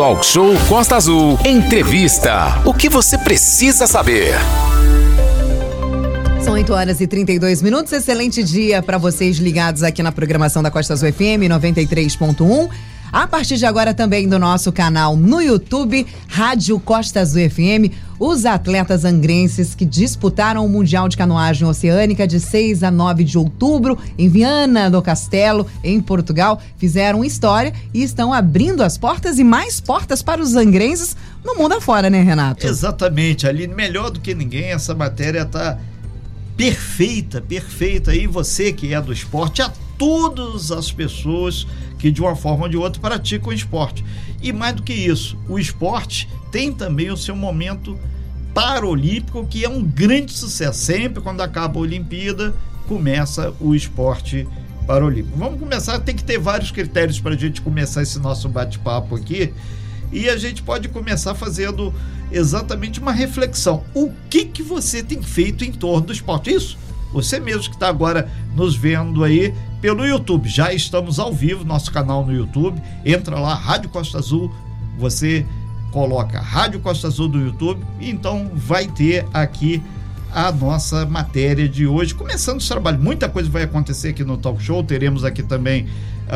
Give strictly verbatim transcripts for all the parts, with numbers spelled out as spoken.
Talk Show Costa Azul. Entrevista. O que você precisa saber? São oito horas e trinta e dois minutos. Excelente dia para vocês ligados aqui na programação da Costa Azul F M noventa e três ponto um. A partir de agora também do nosso canal no YouTube, Rádio Costa Azul F M, os atletas angrenses que disputaram o Mundial de Canoagem Oceânica de seis a nove de outubro em Viana do Castelo, em Portugal, fizeram história e estão abrindo as portas e mais portas para os angrenses no mundo afora, né, Renato? Exatamente, Aline, melhor do que ninguém, essa matéria está perfeita, perfeita. E você que é do esporte, a todas as pessoas que de uma forma ou de outra praticam o esporte. E mais do que isso, o esporte tem também o seu momento paralímpico, que é um grande sucesso. Sempre quando acaba a Olimpíada, começa o esporte paralímpico. Vamos começar, tem que ter vários critérios para a gente começar esse nosso bate-papo aqui. E a gente pode começar fazendo exatamente uma reflexão. O que que você tem feito em torno do esporte? Isso, você mesmo que está agora nos vendo aí pelo YouTube. Já estamos ao vivo, nosso canal no YouTube. Entra lá, Rádio Costa Azul. Você coloca Rádio Costa Azul do YouTube e então vai ter aqui a nossa matéria de hoje. Começando os trabalhos, muita coisa vai acontecer aqui no Talk Show. Teremos aqui também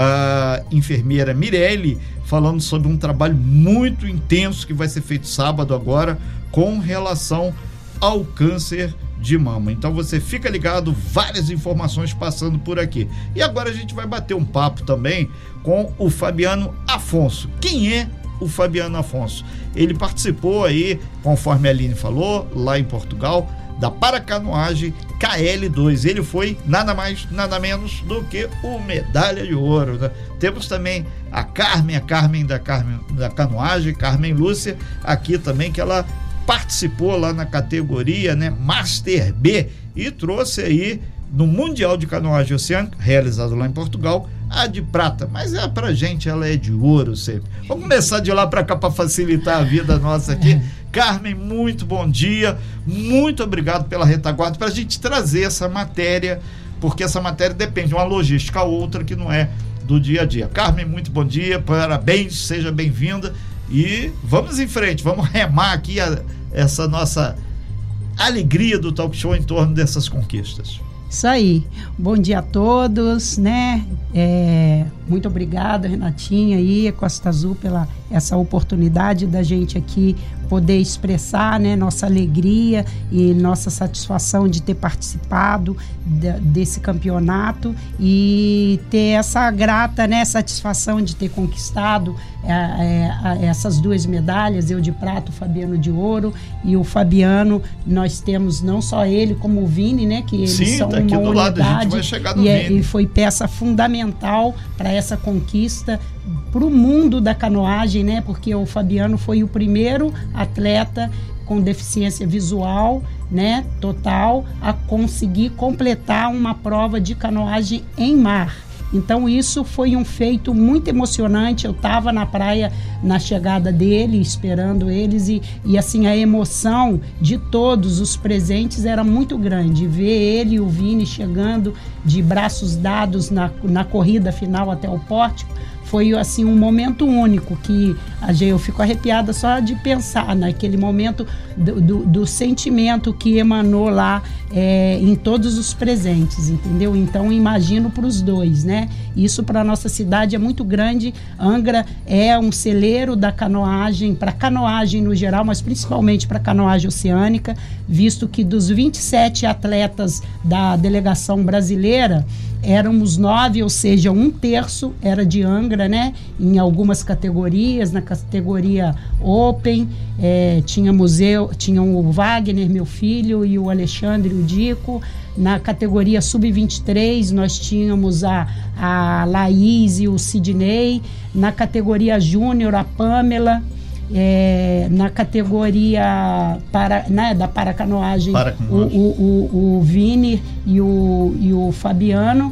a enfermeira Mirelle falando sobre um trabalho muito intenso que vai ser feito sábado agora com relação ao câncer de mama. Então você fica ligado, várias informações passando por aqui. E agora a gente vai bater um papo também com o Fabiano Afonso. Quem é o Fabiano Afonso? Ele participou aí, conforme a Aline falou, lá em Portugal, da Paracanoagem K L dois. Ele foi nada mais, nada menos do que o medalha de ouro, né? Temos também a Carmen, a Carmen da, Carmen da canoagem, Carmen Lúcia, aqui também, que ela participou lá na categoria, né, Master B, e trouxe aí no Mundial de Canoagem Oceânica, realizado lá em Portugal, a de prata, mas é pra gente, ela é de ouro sempre. Vamos começar de lá pra cá para facilitar a vida nossa aqui. Carmen, muito bom dia, muito obrigado pela retaguarda, pra gente trazer essa matéria, porque essa matéria depende de uma logística ou outra que não é do dia a dia. Carmen, muito bom dia, parabéns, seja bem-vinda e vamos em frente, vamos remar aqui a essa nossa alegria do Talk Show em torno dessas conquistas. Isso aí, bom dia a todos, né? É, muito obrigada, Renatinha e Costa Azul, pela essa oportunidade da gente aqui poder expressar, né, nossa alegria e nossa satisfação de ter participado de, desse campeonato e ter essa grata, né, satisfação de ter conquistado é, é, essas duas medalhas, eu de prata, o Fabiano de ouro. E o Fabiano, nós temos não só ele como o Vini, né, que eles Sim, são tá aqui uma do unidade, lado, a gente vai chegar no e, é, Vini. e foi peça fundamental para essa conquista para o mundo da canoagem, né? Porque o Fabiano foi o primeiro atleta com deficiência visual, né, total, a conseguir completar uma prova de canoagem em mar. Então isso foi um feito muito emocionante. Eu estava na praia na chegada dele, esperando eles e, e assim a emoção de todos os presentes era muito grande. Ver ele e o Vini chegando de braços dados na, na corrida final até o pórtico foi assim um momento único que eu fico arrepiada só de pensar naquele momento do, do, do sentimento que emanou lá é, em todos os presentes, entendeu? Então imagino para os dois, né? Isso para nossa cidade é muito grande. Angra é um celeiro da canoagem, para canoagem no geral, mas principalmente para canoagem oceânica, visto que dos vinte e sete atletas da delegação brasileira, éramos nove, ou seja, um terço era de Angra, né? Em algumas categorias, na categoria Open, é, tinha museu, tinham o Wagner, meu filho, e o Alexandre, o Dico. Na categoria sub vinte e três, nós tínhamos a, a Laís e o Sidney. Na categoria Júnior, a Pamela. É, na categoria para, né, da paracanoagem, o, o, o, o Vini e o, e o Fabiano,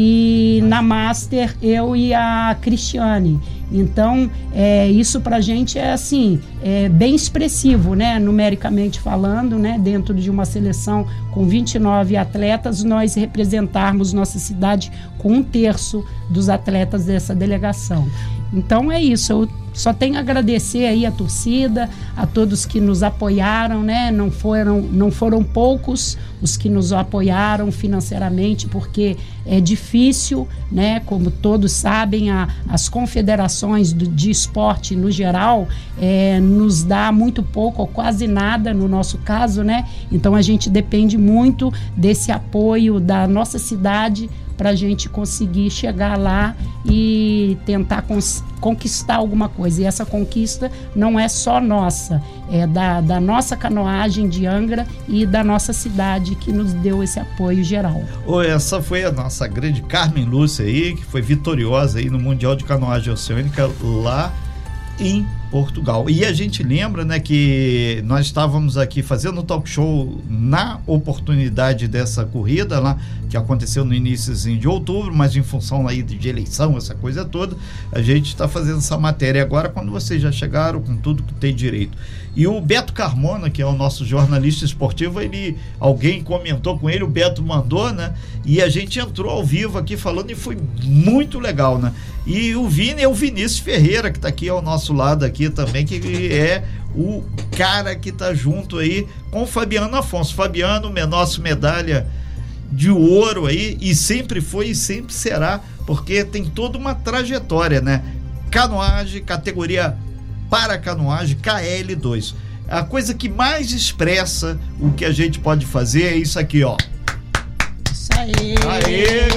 e na Master eu e a Cristiane. Então é, isso pra gente é assim, é bem expressivo, né, numericamente falando, né, dentro de uma seleção com vinte e nove atletas, nós representarmos nossa cidade com um terço dos atletas dessa delegação. Então é isso, eu só tenho a agradecer aí a torcida, a todos que nos apoiaram, né? Não foram, não foram poucos os que nos apoiaram financeiramente, porque é difícil, né? Como todos sabem, a, as confederações do, de esporte no geral é, nos dá muito pouco ou quase nada no nosso caso, né? Então a gente depende muito desse apoio da nossa cidade para a gente conseguir chegar lá e tentar cons- conquistar alguma coisa. E essa conquista não é só nossa, é da, da nossa canoagem de Angra e da nossa cidade que nos deu esse apoio geral. Oh, essa foi a nossa grande Carmen Lúcia aí, que foi vitoriosa aí no Mundial de Canoagem Oceânica lá em Portugal. E a gente lembra, né, que nós estávamos aqui fazendo um talk show na oportunidade dessa corrida lá, que aconteceu no iníciozinho de outubro, mas em função aí de eleição, essa coisa toda, a gente está fazendo essa matéria agora quando vocês já chegaram com tudo que tem direito. E o Beto Carmona, que é o nosso jornalista esportivo, ele, alguém comentou com ele, o Beto mandou, né, e a gente entrou ao vivo aqui falando e foi muito legal, né. E o Vini é o Vinícius Ferreira, que está aqui ao nosso lado aqui também, que é o cara que está junto aí com o Fabiano Afonso. Fabiano, nosso medalha de ouro aí, e sempre foi e sempre será, porque tem toda uma trajetória, né? Canoagem, categoria para canoagem, K L dois. A coisa que mais expressa o que a gente pode fazer é isso aqui, ó. Isso aí! Aê,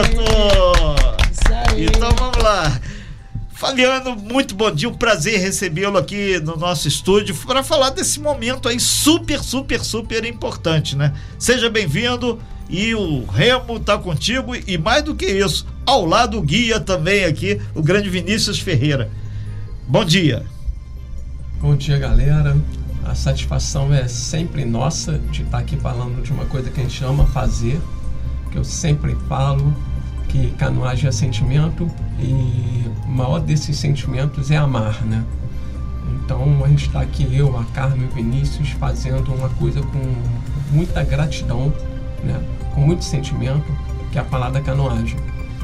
garoto! Isso aí! Então vamos lá. Fabiano, muito bom dia, um prazer recebê-lo aqui no nosso estúdio para falar desse momento aí super, super, super importante, né? Seja bem-vindo, e o Remo tá contigo, e mais do que isso, ao lado o guia também aqui, o grande Vinícius Ferreira. Bom dia. Bom dia, galera. A satisfação é sempre nossa de estar aqui falando de uma coisa que a gente ama fazer, que eu sempre falo, que canoagem é sentimento, e o maior desses sentimentos é amar, né? Então a gente está aqui, eu, a Carmen e o Vinícius, fazendo uma coisa com muita gratidão, né? Com muito sentimento, que é a palavra canoagem.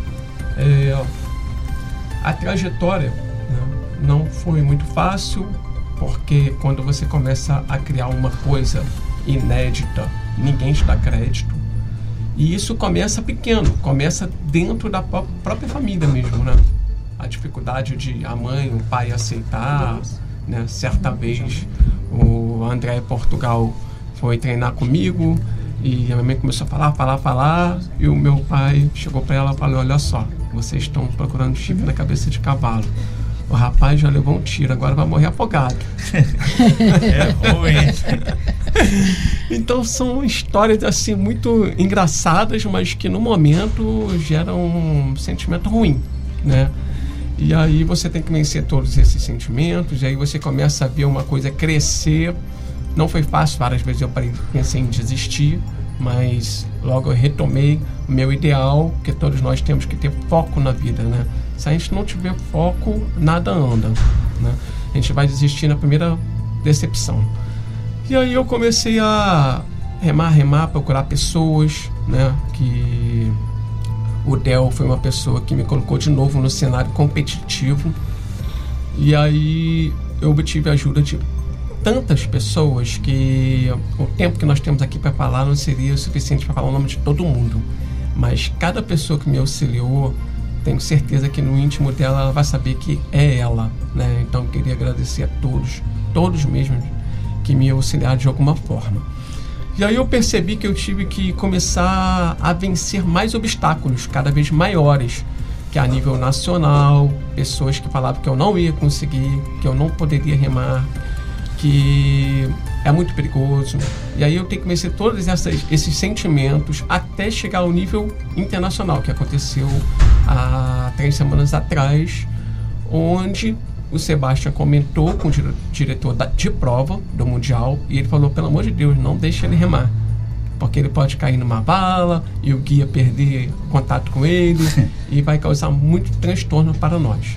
É, a trajetória, né, não foi muito fácil, porque quando você começa a criar uma coisa inédita, ninguém te dá crédito. E isso começa pequeno, começa dentro da própria família mesmo, né? A dificuldade de a mãe, o pai aceitar, né? Certa vez o André Portugal foi treinar comigo e a minha mãe começou a falar, falar, falar, e o meu pai chegou para ela e falou: olha só, vocês estão procurando chifre na cabeça de cavalo. O rapaz já levou um tiro, agora vai morrer afogado. É ruim. Então são histórias assim muito engraçadas, mas que no momento geram um sentimento ruim, né? E aí você tem que vencer todos esses sentimentos, e aí você começa a ver uma coisa crescer. Não foi fácil, várias vezes eu pensei em desistir, mas logo eu retomei o meu ideal, que todos nós temos que ter foco na vida, né? Se a gente não tiver foco, nada anda, né? A gente vai desistir na primeira decepção. E aí eu comecei a remar, remar, procurar pessoas, né? Que o Del foi uma pessoa que me colocou de novo no cenário competitivo. E aí eu obtive a ajuda de tantas pessoas que o tempo que nós temos aqui para falar não seria o suficiente para falar o nome de todo mundo. Mas cada pessoa que me auxiliou, tenho certeza que no íntimo dela ela vai saber que é ela, né? Então eu queria agradecer a todos, todos mesmo, que me auxiliaram de alguma forma. E aí eu percebi que eu tive que começar a vencer mais obstáculos, cada vez maiores, que a nível nacional, pessoas que falavam que eu não ia conseguir, que eu não poderia remar, que é muito perigoso. E aí eu tenho que vencer todos essas, esses sentimentos até chegar ao nível internacional, que aconteceu há três semanas atrás, onde o Sebastian comentou com o dire- diretor da, de prova do Mundial, e ele falou: pelo amor de Deus, não deixe ele remar, porque ele pode cair numa vala e o guia perder contato com ele e vai causar muito transtorno para nós.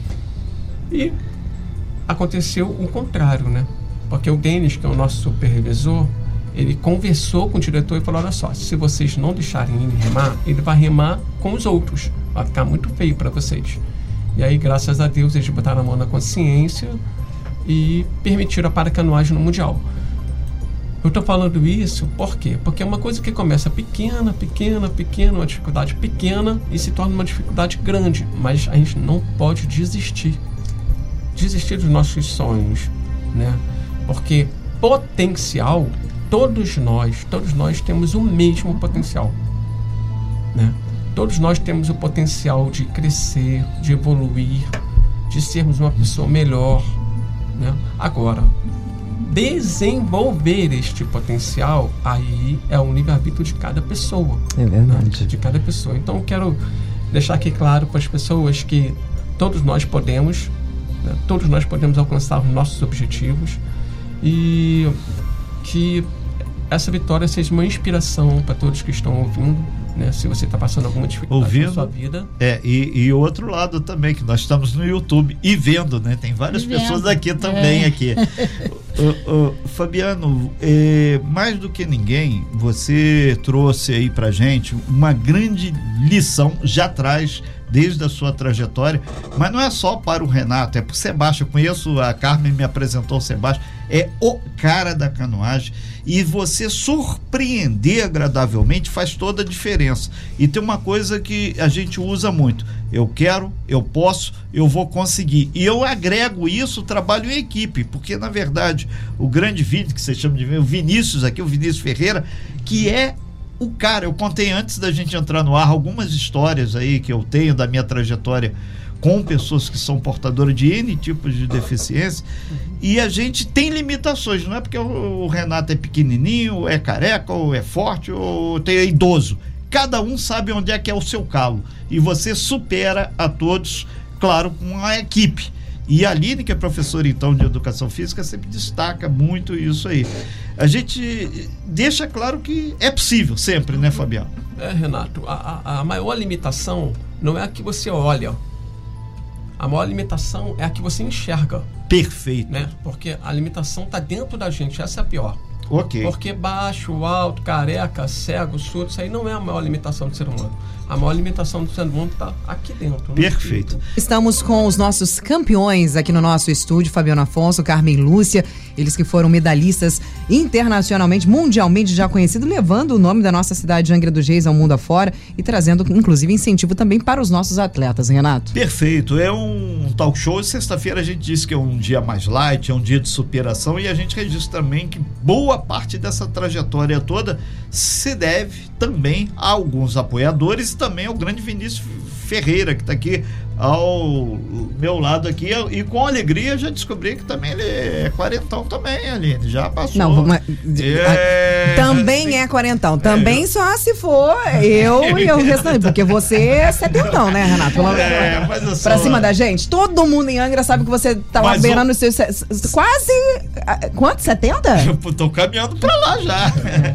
E aconteceu o contrário, né? Porque o Denis, que é o nosso supervisor, ele conversou com o diretor e falou: olha só, se vocês não deixarem ele remar, ele vai remar com os outros, vai ficar muito feio para vocês. E aí, graças a Deus, eles botaram a mão na consciência e permitiram a paracanoagem no Mundial. Eu estou falando isso por quê? Porque é uma coisa que começa pequena, pequena, pequena, uma dificuldade pequena e se torna uma dificuldade grande. Mas a gente não pode desistir. Desistir dos nossos sonhos, né? Porque potencial, todos nós, todos nós temos o mesmo potencial, né? Todos nós temos o potencial de crescer, de evoluir, de sermos uma pessoa melhor, né? Agora, desenvolver este potencial, aí é o livre-arbítrio de cada pessoa. É verdade. Né? De cada pessoa. Então, eu quero deixar aqui claro para as pessoas que todos nós podemos, né? Todos nós podemos alcançar os nossos objetivos e que essa vitória seja uma inspiração para todos que estão ouvindo, né? Se você está passando alguma dificuldade ouvindo, na sua vida. É, e, e outro lado também, que nós estamos no YouTube e vendo, né? Tem várias pessoas aqui também, é. aqui. o, o, Fabiano, é, mais do que ninguém, você trouxe aí pra gente uma grande lição, já traz desde a sua trajetória, mas não é só para o Renato, é para o Sebastião. Eu conheço, a Carmen me apresentou o Sebastião, é o cara da canoagem, e você surpreender agradavelmente faz toda a diferença. E tem uma coisa que a gente usa muito: eu quero, eu posso, eu vou conseguir. E eu agrego isso, trabalho em equipe, porque na verdade o grande vídeo que você chama de o Vinícius aqui, o Vinícius Ferreira, que é o cara, eu contei antes da gente entrar no ar algumas histórias aí que eu tenho da minha trajetória com pessoas que são portadoras de N tipos de deficiência, e a gente tem limitações, não é porque o Renato é pequenininho, é careca, ou é forte, ou é idoso. Cada um sabe onde é que é o seu calo, e você supera a todos, claro, com a equipe. E a Aline, que é professora então de educação física, sempre destaca muito isso aí. A gente deixa claro que é possível sempre, né, Fabiano? É, Renato, a, a, a maior limitação não é a que você olha. A maior limitação é a que você enxerga. Perfeito. Né? Porque a limitação está dentro da gente, essa é a pior. Ok. Porque baixo, alto, careca, cego, surdo, isso aí não é a maior limitação do ser humano. A maior limitação do ser humano está aqui dentro. Perfeito. Estamos com os nossos campeões aqui no nosso estúdio, Fabiano Afonso, Carmen Lúcia, eles que foram medalhistas internacionalmente, mundialmente já conhecidos, levando o nome da nossa cidade de Angra dos Reis ao mundo afora e trazendo, inclusive, incentivo também para os nossos atletas, Renato. Perfeito. É um talk show. Sexta-feira a gente disse que é um dia mais light, é um dia de superação, e a gente registra também que boa parte dessa trajetória toda se deve também a alguns apoiadores e também ao grande Vinícius Ferreira, que está aqui ao meu lado aqui, e com alegria já descobri que também ele é quarentão também, Aline, já passou. Não, mas, é... também é quarentão, também é. Só se for eu e o restante, porque você é setentão, né, Renato? Pelo é, mas eu sou... Pra cima da gente, todo mundo em Angra sabe que você tá lá beirando os seus quase, quanto, setenta? Eu tô caminhando pra lá já.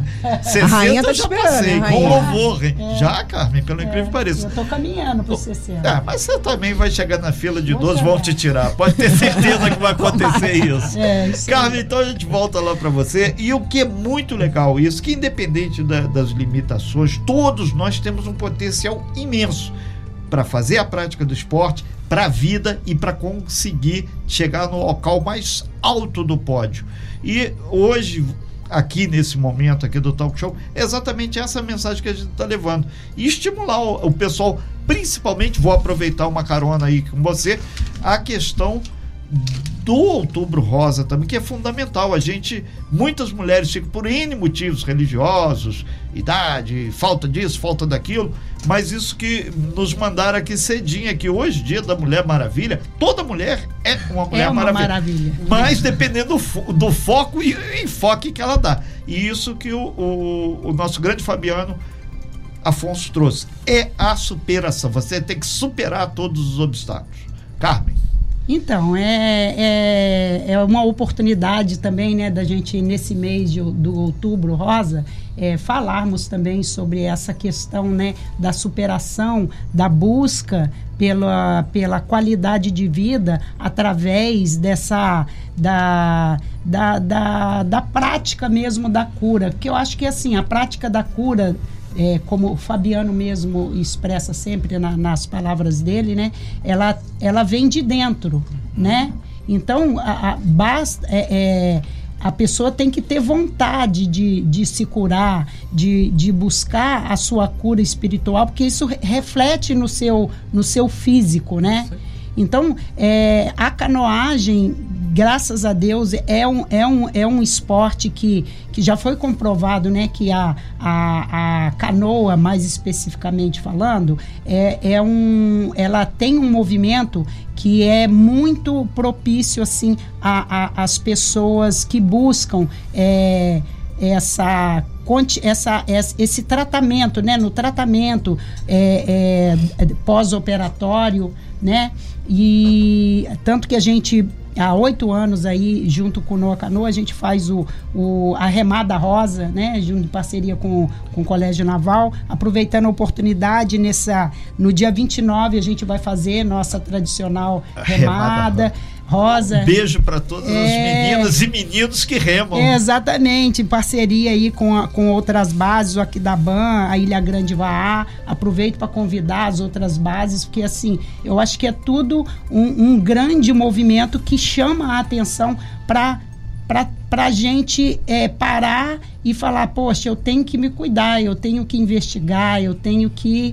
A rainha tá já esperando, passei, rainha. com louvor, hein? É. Já, Carmen, pelo É, incrível que pareça. Eu tô caminhando pro sessenta. Ah, mas você também vai chegar na fila de idosos, vão te tirar. Pode ter certeza que vai acontecer isso. É, isso Carmen, então a gente volta lá pra você. E o que é muito legal isso, que independente da, das limitações, todos nós temos um potencial imenso para fazer a prática do esporte, para a vida e para conseguir chegar no local mais alto do pódio. E hoje, aqui nesse momento aqui do Talk Show, é exatamente essa mensagem que a gente está levando. E estimular o, o pessoal, principalmente, vou aproveitar uma carona aí com você, a questão do Outubro Rosa também, que é fundamental. A gente, muitas mulheres ficam por N motivos religiosos, idade, falta disso, falta daquilo, mas isso que nos mandaram aqui cedinho, aqui hoje, dia da Mulher Maravilha, toda mulher é uma Mulher é uma Maravilha, maravilha. mas dependendo do, fo- do foco e enfoque que ela dá. E isso que o, o, o nosso grande Fabiano Afonso trouxe, é a superação. Você tem que superar todos os obstáculos. Carmen. Então, é, é, é uma oportunidade também, né, da gente, nesse mês de, do Outubro Rosa, é, falarmos também sobre essa questão, né, da superação, da busca pela, pela qualidade de vida através dessa, da, da, da, da prática mesmo da cura. Porque eu acho que, assim, a prática da cura é, como o Fabiano mesmo expressa sempre na, nas palavras dele, né? Ela, ela vem de dentro, né? Então, a, a, basta, é, é, a pessoa tem que ter vontade de, de se curar, de, de buscar a sua cura espiritual, porque isso reflete no seu, no seu físico, né? Sim. Então, é, a canoagem, graças a Deus, é um, é um, é um esporte que, que já foi comprovado, né? Que a, a, a canoa, mais especificamente falando, é, é um, ela tem um movimento que é muito propício assim, a, a, as pessoas que buscam é, essa... Essa, esse tratamento, né? No tratamento é, é, pós-operatório, né? E tanto que a gente, há oito anos aí, junto com o Noa Canoa, a gente faz o, o, a Remada Rosa, né? Junto em parceria com, com o Colégio Naval, aproveitando a oportunidade, nessa, no dia vinte e nove a gente vai fazer nossa tradicional a remada, remada rosa. Um beijo para todas é, as meninas e meninos que remam. É, exatamente, em parceria aí com, a, com outras bases, o Aquidaban, a Ilha Grande Vaá. Aproveito para convidar as outras bases, porque assim, eu acho que é tudo um, um grande movimento que chama a atenção para para a gente é, parar e falar, poxa, eu tenho que me cuidar, eu tenho que investigar, eu tenho que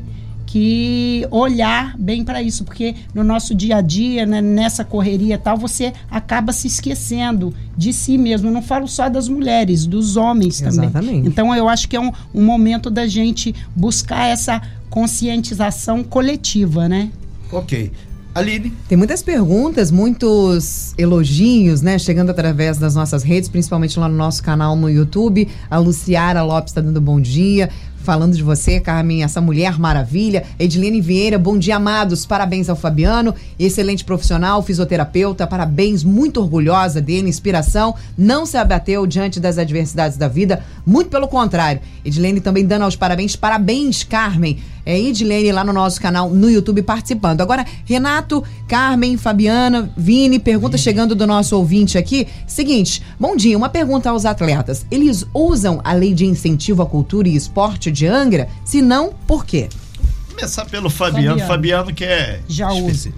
que olhar bem para isso, porque no nosso dia a dia, né, nessa correria e tal, você acaba se esquecendo de si mesmo. Eu não falo só das mulheres, dos homens também. Exatamente. Então eu acho que é um, um momento da gente buscar essa conscientização coletiva, né? Ok. Aline? Tem muitas perguntas, muitos elogios, né? Chegando através das nossas redes, principalmente lá no nosso canal no YouTube. A Luciara Lopes está dando bom dia, falando de você, Carmen, essa mulher maravilha. Edilene Vieira, bom dia, amados. Parabéns ao Fabiano, excelente profissional, fisioterapeuta. Parabéns, muito orgulhosa dele, inspiração. Não se abateu diante das adversidades da vida, muito pelo contrário. Edilene também dando aos parabéns. Parabéns, Carmen. É Edilene lá no nosso canal no YouTube participando. Agora, Renato, Carmen, Fabiana, Vini, pergunta chegando do nosso ouvinte aqui. Seguinte, bom dia, uma pergunta aos atletas. Eles usam a lei de incentivo à cultura e esporte de Angra? Se não, por quê? Começar pelo Fabiano. Fabiano, Fabiano que é... Já usa.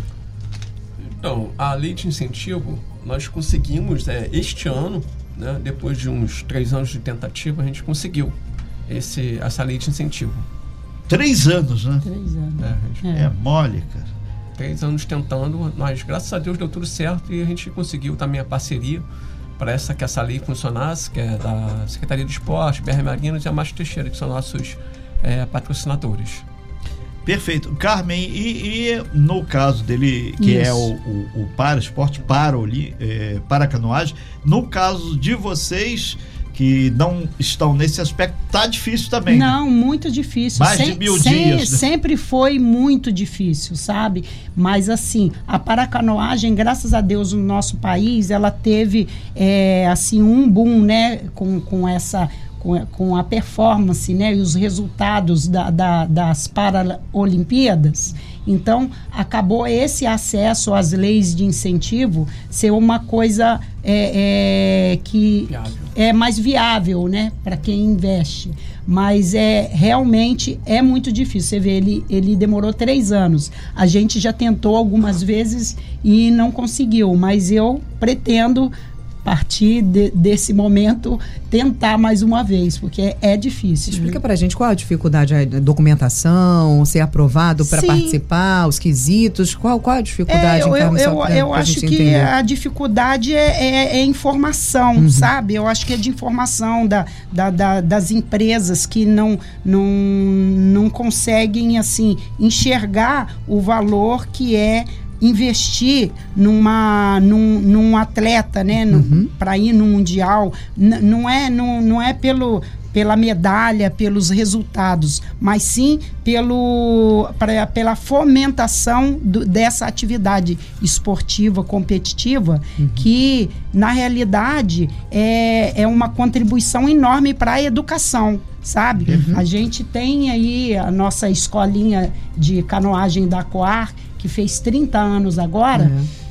Então, a lei de incentivo, nós conseguimos, é, este ano, né, depois de uns três anos de tentativa, a gente conseguiu esse, essa lei de incentivo. Três anos, né? Três anos. É, gente, é. é mole, cara. Três anos tentando, mas graças a Deus deu tudo certo e a gente conseguiu também a parceria para essa, que essa lei funcionasse, que é da Secretaria de Esporte, B R Marinos e a Márcio Teixeira, que são nossos é, patrocinadores. Perfeito. Carmen, e, e no caso dele, que Isso. é o, o, o para esporte, para, é, para canoagem, no caso de vocês que não estão nesse aspecto, tá difícil também. Não, né? Muito difícil. Mais sem, de mil sem, dias. Né? Sempre foi muito difícil, sabe? Mas assim, a paracanoagem, graças a Deus, no nosso país, ela teve é, assim um boom, né? Com, com essa com, com a performance, né? E os resultados da, da, das Paralimpíadas. Então, acabou esse acesso às leis de incentivo ser uma coisa é, é, que viável. É mais viável, né, para quem investe. Mas é, realmente é muito difícil. Você vê, ele, ele demorou três anos. A gente já tentou algumas vezes e não conseguiu. Mas eu pretendo, a partir de, desse momento, tentar mais uma vez, porque é, é difícil. Explica pra gente qual a dificuldade, a documentação, ser aprovado para participar, os quesitos, qual, qual a dificuldade? É, eu então, eu, pra, eu pra acho que entender. A dificuldade é, é, é informação, uhum. sabe? Eu acho que é de informação da, da, da, das empresas que não, não, não conseguem, assim, enxergar o valor que é investir numa, num, num atleta, né, uhum. para ir no Mundial. N- não é, não, não é pelo, pela medalha, pelos resultados, mas sim pelo, pra, pela fomentação do, dessa atividade esportiva, competitiva, uhum. que, na realidade, é, é uma contribuição enorme para a educação. Sabe? Uhum. A gente tem aí a nossa escolinha de canoagem da Coar, que fez trinta anos agora, uhum.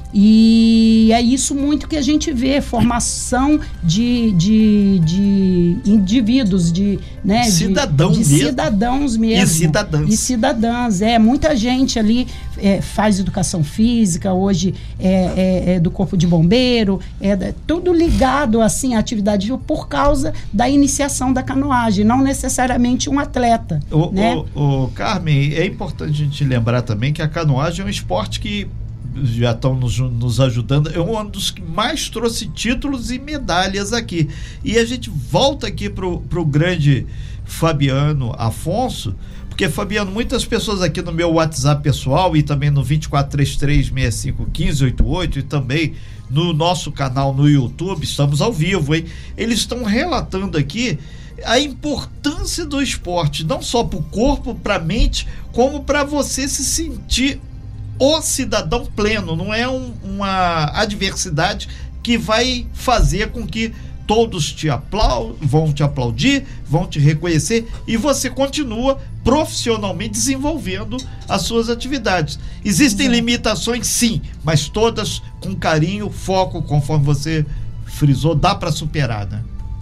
E é isso muito que a gente vê, formação de, de, de indivíduos, de, né, Cidadão de, de mesmo. cidadãos mesmo. E cidadãs. E cidadãs, é, muita gente ali é, faz educação física, hoje é, é, é do corpo de bombeiro, é da, tudo ligado assim à atividade por causa da iniciação da canoagem, não necessariamente um atleta. O, né? o, o Carmen, é importante a gente lembrar também que a canoagem é um esporte que já estão nos, nos ajudando, é um dos que mais trouxe títulos e medalhas aqui. E a gente volta aqui pro, pro grande Fabiano Afonso, porque, Fabiano, muitas pessoas aqui no meu WhatsApp pessoal e também no vinte e quatro, trinta e três, sessenta e cinco, quinze, oitenta e oito e também no nosso canal no YouTube, estamos ao vivo, hein? Eles estão relatando aqui a importância do esporte, não só para o corpo, para a mente, como para você se sentir o cidadão pleno. Não é um, uma adversidade que vai fazer com que todos te aplaudam, vão te aplaudir, vão te reconhecer e você continua profissionalmente desenvolvendo as suas atividades. Existem Exato. limitações, sim, mas todas com carinho, foco, conforme você frisou, dá para superar, né?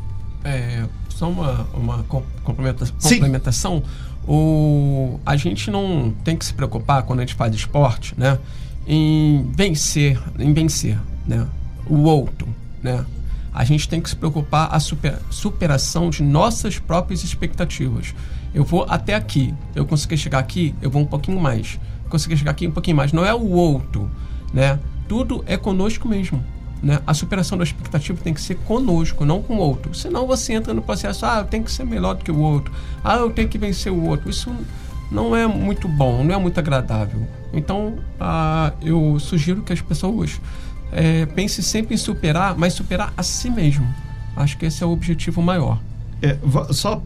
É, só uma, uma complementa, complementação. O, a gente não tem que se preocupar quando a gente faz esporte, né, em vencer, em vencer, né, o outro, né. A gente tem que se preocupar a super, superação de nossas próprias expectativas. Eu vou até aqui, eu consegui chegar aqui, eu vou um pouquinho mais. Consegui chegar aqui um pouquinho mais. Não é o outro, né? Tudo é conosco mesmo. Né? A superação da expectativa tem que ser conosco, não com o outro. Senão você entra no processo, ah, eu tenho que ser melhor do que o outro, ah, eu tenho que vencer o outro. Isso não é muito bom, não é muito agradável. Então, ah, eu sugiro que as pessoas é, pensem sempre em superar, mas superar a si mesmo. Acho que esse é o objetivo maior. É, só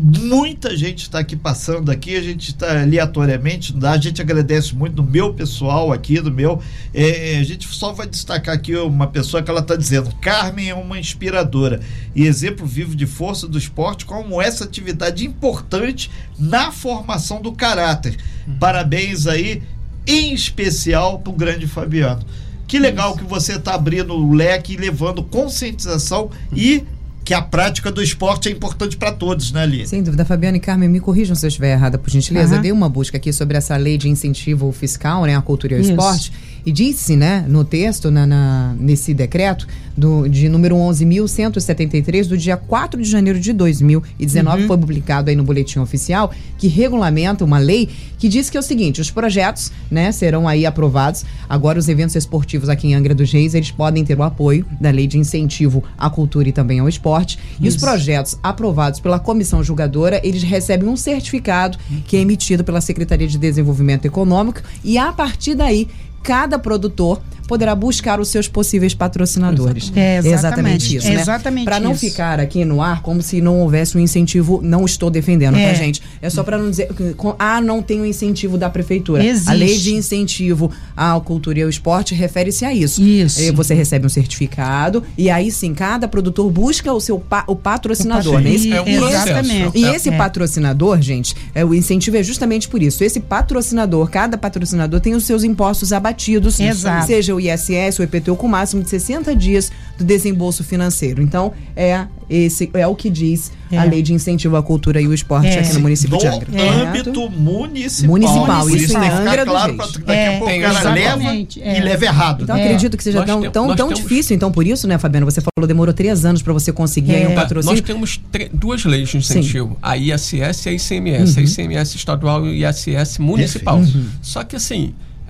muita gente está aqui passando aqui, a gente está aleatoriamente, a gente agradece muito do meu pessoal aqui, do meu, é, a gente só vai destacar aqui uma pessoa que ela está dizendo, Carmen é uma inspiradora e exemplo vivo de força do esporte, como essa atividade importante na formação do caráter. Uhum. Parabéns aí, em especial para o grande Fabiano. Que legal Isso. que você está abrindo o leque e levando conscientização uhum. e que a prática do esporte é importante para todos, né, Lia? Sem dúvida. Fabiana e Carmen, me corrijam se eu estiver errada, por gentileza. Uhum. Eu dei uma busca aqui sobre essa lei de incentivo fiscal, né, à cultura e ao Isso. esporte, e disse, né, no texto, na, na, nesse decreto, do, de número onze mil cento e setenta e três, do dia quatro de janeiro de dois mil e dezenove, uhum. foi publicado aí no Boletim Oficial, que regulamenta uma lei que diz que é o seguinte, os projetos, né, serão aí aprovados. Agora, os eventos esportivos aqui em Angra dos Reis, eles podem ter o apoio da lei de incentivo à cultura e também ao esporte. E Isso. os projetos aprovados pela comissão julgadora, eles recebem um certificado que é emitido pela Secretaria de Desenvolvimento Econômico e, a partir daí, cada produtor poderá buscar os seus possíveis patrocinadores. É exatamente, exatamente isso, é né? exatamente Para não isso. ficar aqui no ar como se não houvesse um incentivo, não estou defendendo, é. tá, gente? É só para não dizer, ah, não tem um incentivo da prefeitura. Existe. A lei de incentivo à cultura e ao esporte refere-se a isso. Isso. E você recebe um certificado e aí sim, cada produtor busca o seu pa, o patrocinador, o né? Esse, é um e exatamente. Esse, e esse é. patrocinador, gente, é, o incentivo é justamente por isso. Esse patrocinador, cada patrocinador tem os seus impostos abatidos, Exato. seja o I S S, o I P T U, com o máximo de sessenta dias do desembolso financeiro. Então, é, esse, é o que diz é. a lei de incentivo à cultura e o esporte é. aqui no município no de Angra. No âmbito municipal. Municipal, isso, isso em tem que Angra ficar dos claro, Reis. pra, daqui É, a pouco o cara leva é. e leva errado. Então, é. acredito que seja Nós tão, tem, tão, tão temos... difícil. Então, por isso, né, Fabiano, você falou, demorou três anos para você conseguir é. aí um patrocínio. Nós temos duas leis de incentivo, Sim. a I S S e a I C M S. Uhum. A I C M S estadual e o I S S municipal. Uhum. Só que assim,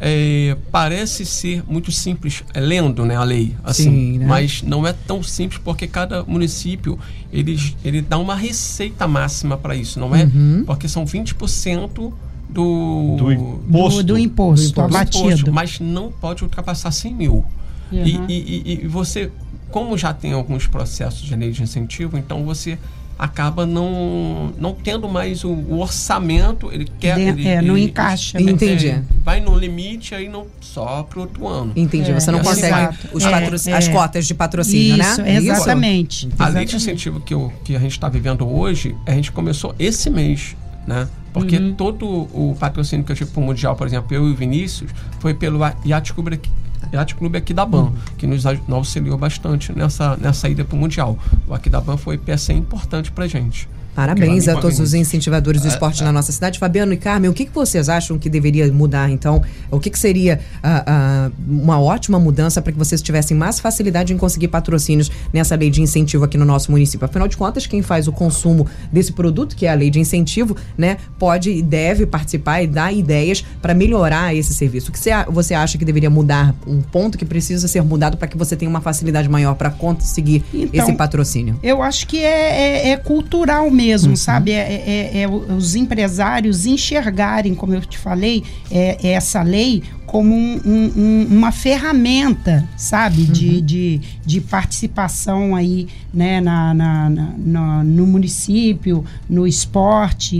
É, parece ser muito simples, é, lendo, né, a lei, assim, Sim, né? mas não é tão simples porque cada município ele, ele dá uma receita máxima para isso, não é? Uhum. Porque são vinte por cento do, do imposto, do, do imposto, do abatido. imposto, mas não pode ultrapassar cem mil. Uhum. E, e, e você, como já tem alguns processos de lei de incentivo, então você acaba não, não tendo mais o, o orçamento, ele quer... De, ele, é, ele, não encaixa. Ele, Entendi. É, vai no limite, aí não, só para o outro ano. Entendi, É, você não assim consegue vai. os É, patro... é. as cotas de patrocínio, Isso, né? exatamente. Isso? A lei de incentivo que, eu, que a gente está vivendo hoje, a gente começou esse mês, né? Porque uhum. todo o patrocínio que eu tive para o Mundial, por exemplo, eu e o Vinícius, foi pelo Yacht Clube Yacht Clube Aquidaban, uhum. que nos, nos auxiliou bastante nessa, nessa ida para o Mundial. O Aquidaban foi peça importante para a gente. Parabéns a todos os incentivadores do esporte na nossa cidade. Fabiano e Carmen, o que, que vocês acham que deveria mudar, então? O que, que seria uh, uh, uma ótima mudança para que vocês tivessem mais facilidade em conseguir patrocínios nessa lei de incentivo aqui no nosso município? Afinal de contas, quem faz o consumo desse produto, que é a lei de incentivo, né, pode e deve participar e dar ideias para melhorar esse serviço. O que você acha que deveria mudar? Um ponto que precisa ser mudado para que você tenha uma facilidade maior para conseguir então, esse patrocínio? Eu acho que é, é, é cultural mesmo. mesmo, uhum. sabe? É, é, é os empresários enxergarem, como eu te falei, é, é essa lei como um, um, uma ferramenta, sabe? Uhum. De, de, de participação aí, né? na, na, na, na, no município, no esporte,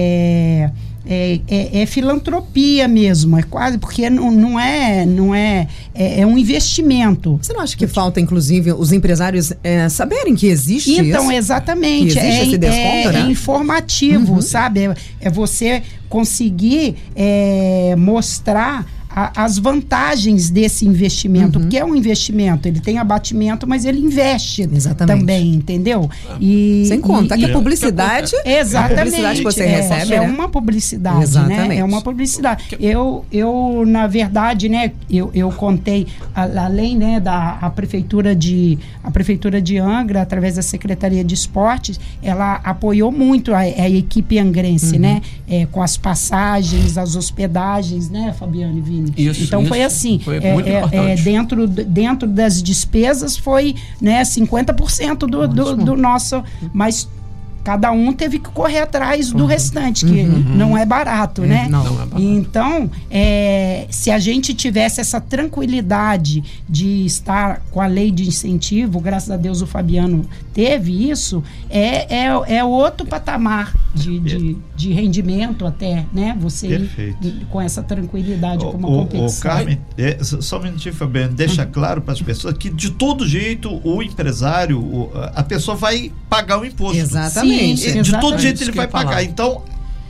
é... É, é, é filantropia mesmo, é quase, porque não, não, é, não é, é, é um investimento. Você não acha que falta, inclusive, os empresários é, saberem que existe então, isso? Então, exatamente. Que existe é, esse desconto, é, né? é informativo, uhum. sabe? É, é você conseguir é, mostrar as vantagens desse investimento, uhum. porque é um investimento, ele tem abatimento, mas ele investe Exatamente. também, entendeu? E, Sem contar e, que a publicidade, exatamente, a publicidade que você é, recebe, é né? uma publicidade, Exatamente. né? É uma publicidade. Eu, eu na verdade, né, eu, eu contei, a, além, né, da a prefeitura de a prefeitura de Angra, através da Secretaria de Esportes, ela apoiou muito a, a equipe angrense, uhum. né? É, com as passagens, as hospedagens, né, Fabiano e Vini? Isso, então isso. foi assim, Foi é, muito é, importante. É, dentro, dentro das despesas foi, né, cinquenta por cento do, do, do nosso, mas cada um teve que correr atrás do uhum. restante, que uhum. não é barato, é, né? Não. não é barato. Então, é, se a gente tivesse essa tranquilidade de estar com a lei de incentivo, graças a Deus o Fabiano teve isso, é, é, é outro patamar de, de, de rendimento até, né? Você ir com essa tranquilidade o, com uma o, competição. O Carmen, é, só um minutinho, Fabiano, deixa uhum. claro para as pessoas que de todo jeito o empresário, o, a pessoa vai pagar o imposto. Exatamente. Sim, de exatamente. todo jeito ele vai pagar. Falar. Então,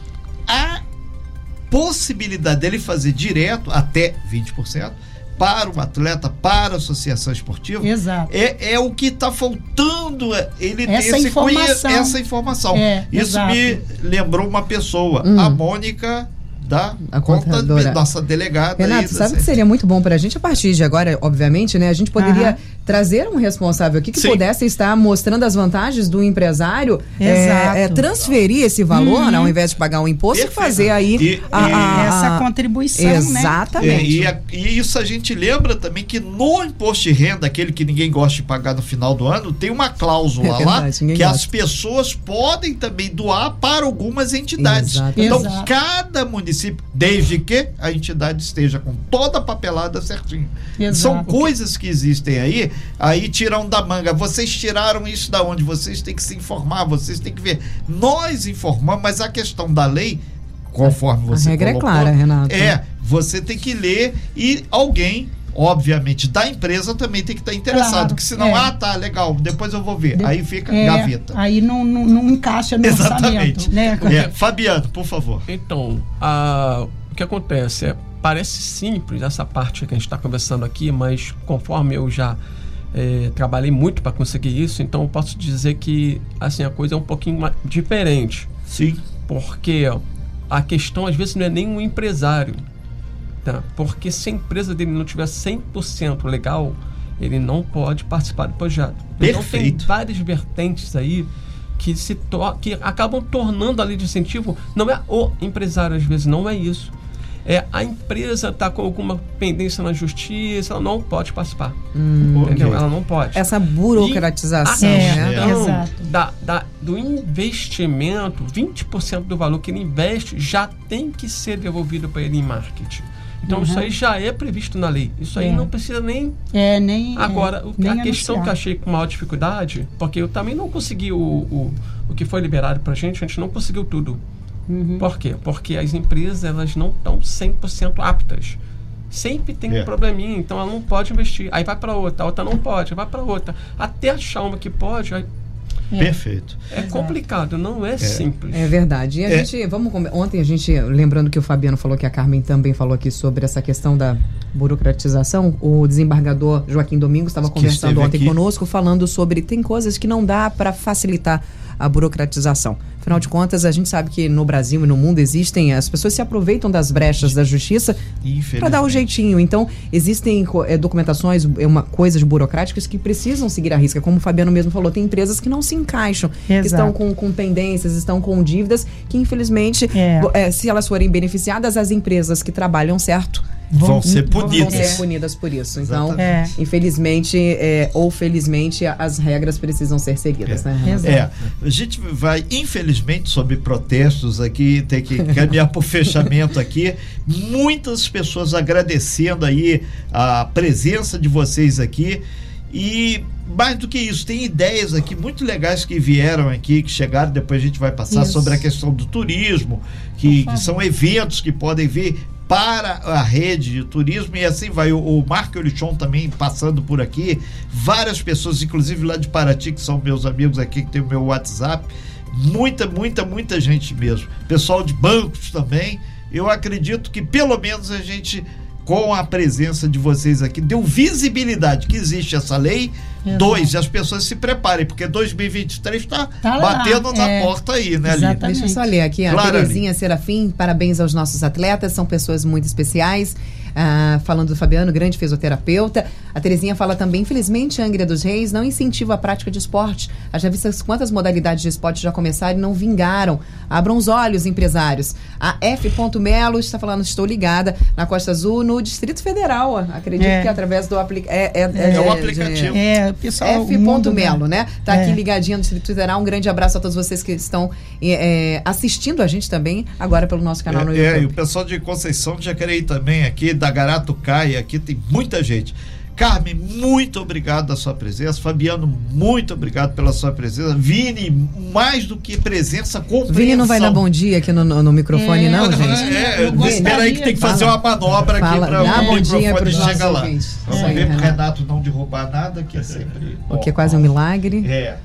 a possibilidade dele fazer direto até vinte por cento para o atleta, para a associação esportiva, Exato. É, é o que está faltando. Ele essa ter esse informação. Conhe- essa informação. É, Isso exato. me lembrou uma pessoa, hum. a Mônica da a conta contadora. nossa delegada. Renato, aí, sabe o que seria muito bom pra gente a partir de agora, obviamente, né? A gente poderia Aham. trazer um responsável aqui que Sim. pudesse estar mostrando as vantagens do empresário, Exato. é, é, transferir esse valor, Uhum. né, ao invés de pagar um imposto, Perfeito. e fazer aí E- a, a- a- essa contribuição, Exatamente. É, e, a- e isso a gente lembra também que no imposto de renda, aquele que ninguém gosta de pagar no final do ano, tem uma cláusula É lá verdade, ninguém que gosta. as pessoas podem também doar para algumas entidades. Exato. Então, Exato. cada município, desde que a entidade esteja com toda a papelada certinho. Exato. São coisas que existem aí, aí tiram da manga. Vocês tiraram isso da onde? Vocês têm que se informar, vocês têm que ver. Nós informamos, mas a questão da lei, conforme você A regra colocou, é clara, Renato. É, você tem que ler e alguém, obviamente, da empresa também tem que estar interessado, Claro, porque senão, é. ah, tá, legal, depois eu vou ver. De- Aí fica É, gaveta. aí não, não, não encaixa no Exatamente. orçamento, né? É, Fabiano, por favor. Então, a, o que acontece é, parece simples essa parte que a gente está conversando aqui, mas conforme eu já é, trabalhei muito para conseguir isso, então eu posso dizer que assim, a coisa é um pouquinho mais diferente. Sim. Porque a questão às vezes não é nem um empresário, tá? Porque se a empresa dele não tiver cem por cento legal, ele não pode participar do projeto. Então tem Perfeito. várias vertentes aí que, se to- que acabam tornando a lei de incentivo, não é o empresário às vezes, não é isso. É, a empresa está com alguma pendência na justiça, ela não pode participar. Hum, Entendeu? ok. Ela não pode. Essa burocratização, E a né? É. questão Exato. da, da, do investimento, vinte por cento do valor que ele investe já tem que ser devolvido para ele em marketing. Então, Uhum. isso aí já é previsto na lei. Isso aí É. não precisa nem... É, nem. Agora, é, o- nem a questão anunciar. que eu achei com maior dificuldade, porque eu também não consegui o, o, o que foi liberado para a gente, a gente não conseguiu tudo. Uhum. Por quê? Porque as empresas, elas não estão cem por cento aptas. Sempre tem É. um probleminha, então ela não pode investir. Aí vai para outra, a outra não pode, vai para outra. Até achar uma que pode, aí É. Perfeito. É complicado, não é, é. simples. É verdade. E a é. gente, vamos ontem a gente, lembrando que o Fabiano falou, que a Carmen também falou aqui sobre essa questão da burocratização, o desembargador Joaquim Domingos estava conversando ontem aqui conosco, falando sobre, tem coisas que não dá para facilitar a burocratização. Afinal de contas, a gente sabe que no Brasil e no mundo existem, as pessoas se aproveitam das brechas da justiça para dar o jeitinho. Então, existem é, documentações, é, uma, coisas burocráticas que precisam seguir a risca. Como o Fabiano mesmo falou, tem empresas que não se encaixam, Exato. que estão com, com pendências, estão com dívidas, que infelizmente, é. É, se elas forem beneficiadas, as empresas que trabalham certo Vão, vão ser punidas. Vão ser punidas por isso. Então, é. infelizmente, é, ou felizmente, as regras precisam ser seguidas. É. Né? É. A gente vai, infelizmente, sobre protestos aqui, tem que caminhar para o fechamento aqui. Muitas pessoas agradecendo aí a presença de vocês aqui. E mais do que isso, tem ideias aqui muito legais que vieram aqui, que chegaram, depois a gente vai passar isso. sobre a questão do turismo, que, que são eventos que podem vir para a rede de turismo, e assim vai. O, o Marco Elichon também passando por aqui, várias pessoas, inclusive lá de Paraty, que são meus amigos aqui, que tem o meu WhatsApp, muita, muita, muita gente mesmo, pessoal de bancos também. Eu acredito que pelo menos a gente, com a presença de vocês aqui, deu visibilidade que existe essa lei. Exato. Dois, as pessoas se preparem, porque dois mil e vinte e três está tá batendo na é, porta aí, né, Aline? Deixa eu só ler aqui, a claro, Terezinha Aline. Serafim, parabéns aos nossos atletas, são pessoas muito especiais. Ah, falando do Fabiano, grande fisioterapeuta. A Terezinha fala também, infelizmente, a Angra dos Reis não incentiva a prática de esporte. Já vistas quantas modalidades de esporte já começaram e não vingaram. Abram os olhos, empresários. A F. Melo está falando, estou ligada na Costa Azul, no Distrito Federal. Acredito é. que através do aplicativo. É, é, é, é o aplicativo. É, pessoal. F. Melo, né? Tá é. aqui ligadinho no Distrito Federal. Um grande abraço a todos vocês que estão é, assistindo a gente também, agora pelo nosso canal é, no YouTube. É, e o pessoal de Conceição de Jacareí também aqui, da Garato Caia, aqui tem muita gente. Carmen, muito obrigado da sua presença. Fabiano, muito obrigado pela sua presença. Vini, mais do que presença, compreensão. Vini não vai dar bom dia aqui no, no, no microfone, é, não, gente? É, é, espera aí que tem que fazer fala, uma manobra fala, aqui para o bom microfone chegar lá. Ouvintes. Vamos é, ver para o Renato não derrubar nada, que é sempre... O que é quase um milagre. É.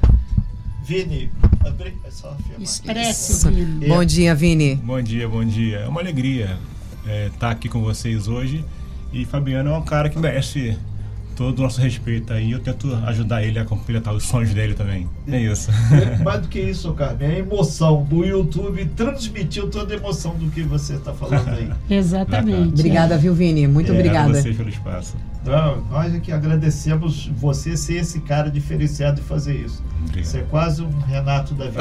Vini, é só expresse, Vini. Bom dia, Vini. Bom dia, bom dia. É uma alegria é, estar aqui com vocês hoje. E Fabiano é um cara que merece todo o nosso respeito aí. Eu tento ajudar ele a completar os sonhos dele também. É isso. É, mais do que isso, Carmen, é a emoção. O YouTube transmitiu toda a emoção do que você está falando aí. Exatamente. Obrigada, viu, Vini? Muito é, obrigada. Obrigado a vocês pelo espaço. Não, nós aqui agradecemos você ser esse cara diferenciado e fazer isso. Obrigado. Você é quase um Renato da vida.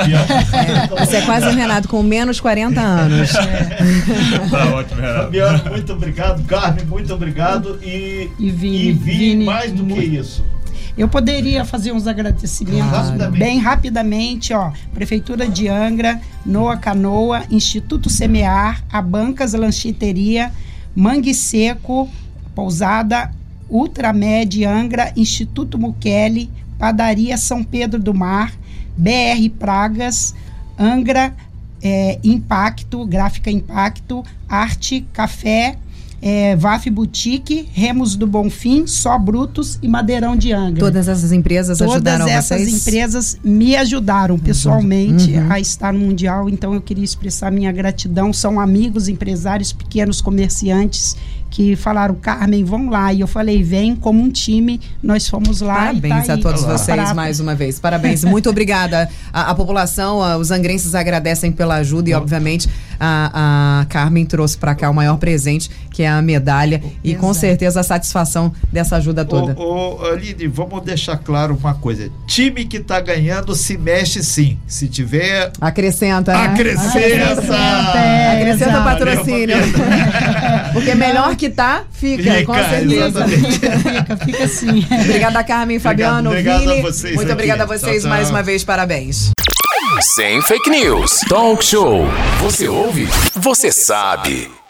É, você é quase um Renato com menos quarenta anos. É. Tá ótimo, Renato. Fabiano, muito obrigado. Carmen, muito obrigado. E, e Vini, e Vini, Vini mais do muito. que isso. Eu poderia fazer uns agradecimentos claro. bem rapidamente, ó. Prefeitura de Angra, Noa Canoa, Instituto Semear, a Bancas Lancheteria, Mangue Seco, Pousada Ultramed Angra, Instituto Mukele, Padaria São Pedro do Mar, B R Pragas, Angra é, Impacto, Gráfica Impacto, Arte, Café, É, V A F Boutique, Remos do Bonfim, Só Brutos e Madeirão de Angra. Todas essas empresas Todas ajudaram vocês? Todas essas empresas me ajudaram pessoalmente uhum. a estar no Mundial, então eu queria expressar minha gratidão. São amigos, empresários, pequenos comerciantes que falaram, Carmen, vão lá. E eu falei, vem como um time, nós fomos lá. Parabéns tá a todos aí, vocês pra... mais uma vez. Parabéns, muito obrigada. A, a população, a, os angrenses agradecem pela ajuda e, obviamente, a, a Carmen trouxe para cá o maior presente, que é a medalha. E Exato. com certeza a satisfação dessa ajuda toda. Ô, ô, Aline, vamos deixar claro uma coisa. Time que tá ganhando se mexe sim. Se tiver... Acrescenta, né? Acrescenta! Acrescenta, Acrescenta o patrocínio. Porque melhor que tá, fica, fica com certeza. fica, fica sim. Obrigada, Carmen, Fabiano, obrigado, Vini. obrigado a vocês Muito aqui. obrigada a vocês Tchau, mais tchau. uma vez, parabéns. Sem fake news. Talk show. Você ouve? Você sabe.